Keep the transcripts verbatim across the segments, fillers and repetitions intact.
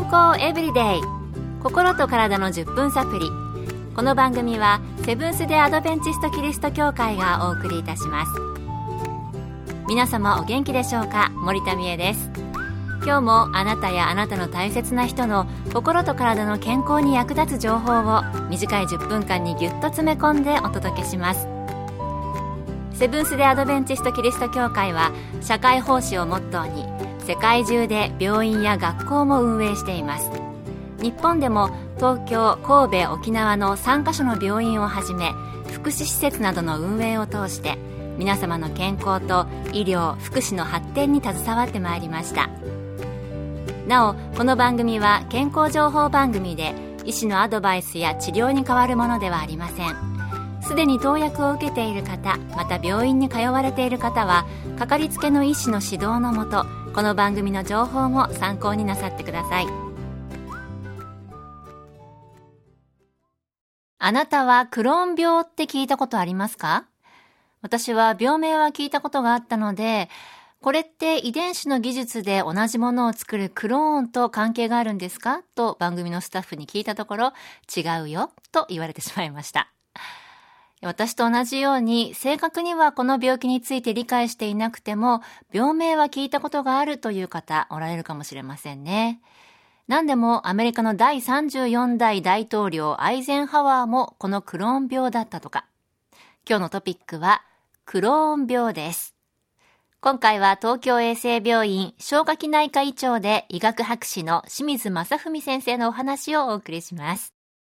康エブリデイ、心と体のじゅっぷんサプリ。この番組はセブンス・デ・アドベンチスト・キリスト教会がお送りいたします。皆様お元気でしょうか。森田美恵です。今日もあなたやあなたの大切な人の心と体の健康に役立つ情報を短いじゅっぷんかんにぎゅっと詰め込んでお届けします。セブンス・デ・アドベンチスト・キリスト教会は社会奉仕をモットーに世界中で病院や学校も運営しています。日本でも東京、神戸、沖縄のさんカ所の病院をはじめ福祉施設などの運営を通して皆様の健康と医療・福祉の発展に携わってまいりました。なお、この番組は健康情報番組で医師のアドバイスや治療に代わるものではありません。すでに投薬を受けている方、また病院に通われている方はかかりつけの医師の指導のもと、この番組の情報も参考になさってください。あなたはクローン病って聞いたことありますか？私は病名は聞いたことがあったので、これって遺伝子の技術で同じものを作るクローンと関係があるんですかと番組のスタッフに聞いたところ、違うよと言われてしまいました。私と同じように正確にはこの病気について理解していなくても病名は聞いたことがあるという方おられるかもしれませんね。何でもアメリカのだいさんじゅうよんだい大統領アイゼンハワーもこのクローン病だったとか。今日のトピックはクローン病です。今回は東京衛生病院消化器内科医長で医学博士の清水正文先生のお話をお送りします。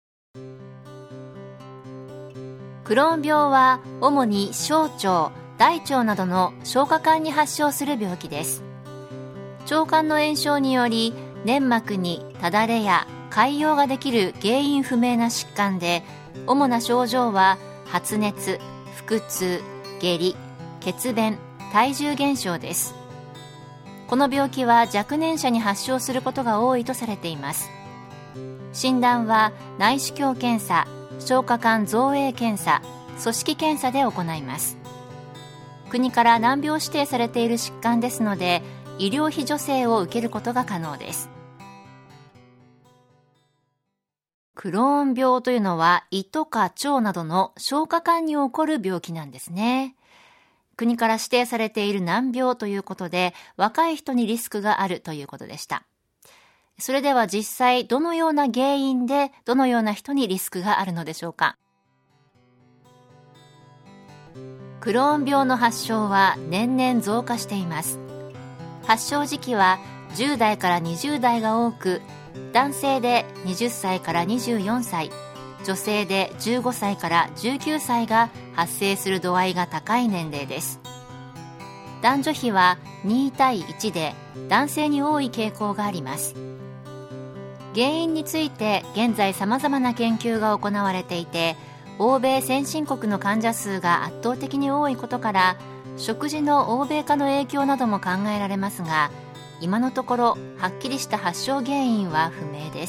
クローン病は主に小腸、大腸などの消化管に発症する病気です。腸管の炎症により粘膜にただれや潰瘍ができる原因不明な疾患で、主な症状は発熱、腹痛、下痢、血便、体重減少です。この病気は若年者に発症することが多いとされています。診断は内視鏡検査、消化管造影検査、組織検査で行います。国から難病指定されている疾患ですので、医療費助成を受けることが可能です。クローン病というのは胃とか腸などの消化管に起こる病気なんですね。国から指定されている難病ということで、若い人にリスクがあるということでした。それでは実際どのような原因でどのような人にリスクがあるのでしょうか。クローン病の発症は年々増加しています。発症時期はじゅう代からにじゅう代が多く、男性ではたちからにじゅうよんさい、女性でじゅうごさいからじゅうきゅうさいが発生する度合いが高い年齢です。男女比はに対いちで男性に多い傾向があります。原因について現在様々な研究が行われていて、欧米先進国の患者数が圧倒的に多いことから食事の欧米化の影響なども考えられますが、今のところはっきりした発症原因は不明です。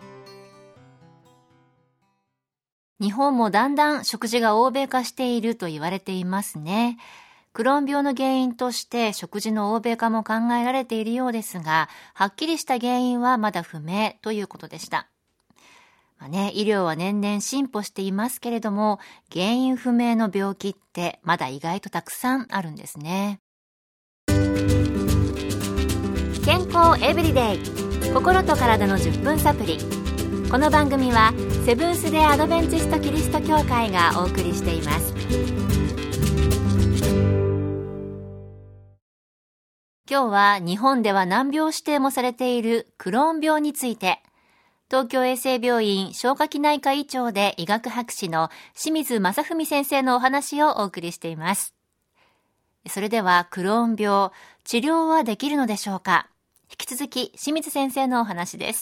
日本もだんだん食事が欧米化していると言われていますね。クローン病の原因として食事の欧米化も考えられているようですが、はっきりした原因はまだ不明ということでした。まあね、医療は年々進歩していますけれども、原因不明の病気ってまだ意外とたくさんあるんですね。健康エブリデイ、心と体のじゅっぷんサプリ。この番組はセブンス・デ・アドベンチスト・キリスト教会がお送りしています。今日は日本では難病指定もされているクローン病について、東京衛生病院消化器内科医長で医学博士の清水正文先生のお話をお送りしています。それではクローン病、治療はできるのでしょうか。引き続き清水先生のお話です。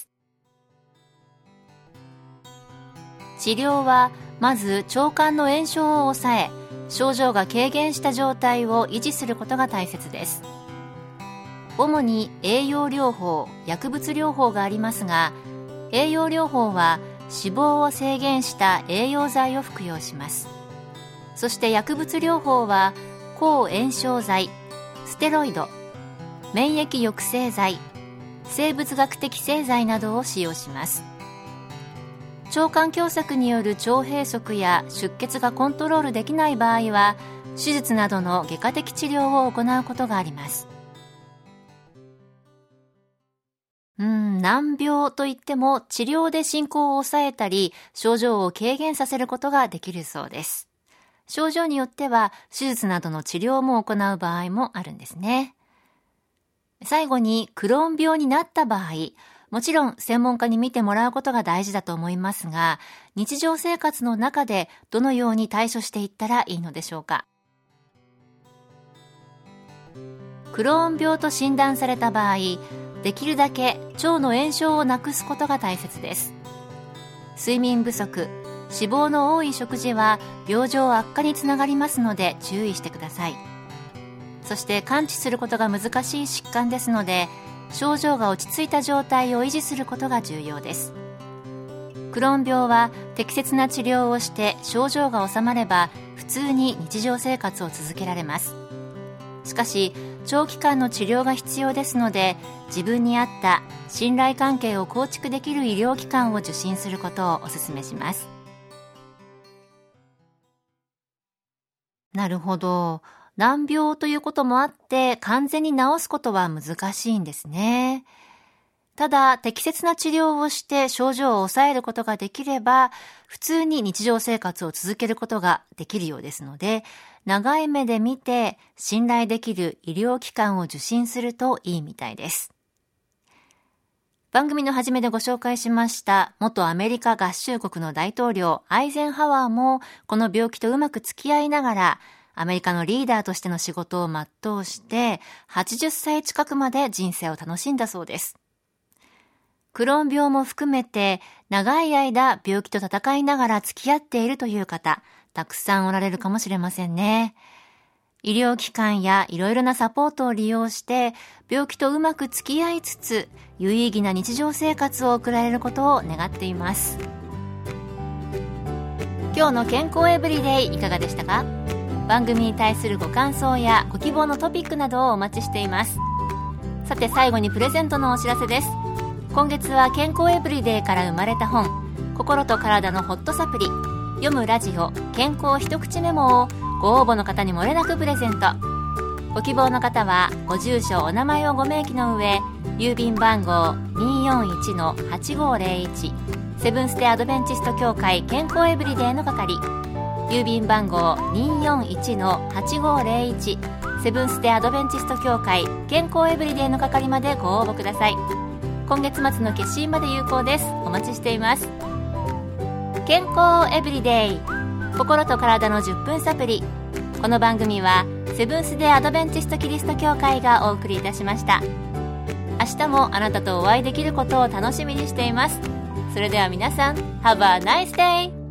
治療はまず腸管の炎症を抑え、症状が軽減した状態を維持することが大切です。主に栄養療法、薬物療法がありますが、栄養療法は脂肪を制限した栄養剤を服用します。そして薬物療法は抗炎症剤、ステロイド、免疫抑制剤、 生物学的製剤などを使用します。腸管狭窄による腸閉塞や出血がコントロールできない場合は、手術などの外科的治療を行うことがあります。うーん、難病といっても治療で進行を抑えたり、症状を軽減させることができるそうです。症状によっては手術などの治療も行う場合もあるんですね。最後に、クローン病になった場合、もちろん専門家に見てもらうことが大事だと思いますが、日常生活の中でどのように対処していったらいいのでしょうか。クローン病と診断された場合、できるだけ腸の炎症をなくすことが大切です。睡眠不足、脂肪の多い食事は病状悪化につながりますので注意してください。そして完治することが難しい疾患ですので、症状が落ち着いた状態を維持することが重要です。クローン病は適切な治療をして症状が治まれば普通に日常生活を続けられます。しかし長期間の治療が必要ですので、自分に合った信頼関係を構築できる医療機関を受診することをお勧めします。なるほど。難病ということもあって完全に治すことは難しいんですね。ただ適切な治療をして症状を抑えることができれば、普通に日常生活を続けることができるようですので、長い目で見て信頼できる医療機関を受診するといいみたいです。番組の初めでご紹介しました元アメリカ合衆国の大統領アイゼンハワーも、この病気とうまく付き合いながらアメリカのリーダーとしての仕事を全うしてはちじゅっさい近くまで人生を楽しんだそうです。クローン病も含めて長い間病気と闘いながら付き合っているという方、たくさんおられるかもしれませんね。医療機関やいろいろなサポートを利用して病気とうまく付き合いつつ有意義な日常生活を送られることを願っています。今日の健康エブリデイいかがでしたか？番組に対するご感想やご希望のトピックなどをお待ちしています。さて最後にプレゼントのお知らせです。今月は健康エブリデイから生まれた本、心と体のホットサプリ、読むラジオ健康一口メモをご応募の方に漏れなくプレゼント。ご希望の方はご住所お名前をご明記の上、郵便番号 にーよんいちのはちごーぜろいち セブンステアドベンチスト協会健康エブリデイの係、郵便番号 にーよんいちのはちごーぜろいち セブンステアドベンチスト協会健康エブリデイの係までご応募ください。今月末の決心まで有効です。お待ちしています。健康エブリデイ、心と体のじゅっぷんサプリ。この番組はセブンス・デ・アドベンチスト・キリスト教会がお送りいたしました。明日もあなたとお会いできることを楽しみにしています。それでは皆さん、Have a nice day!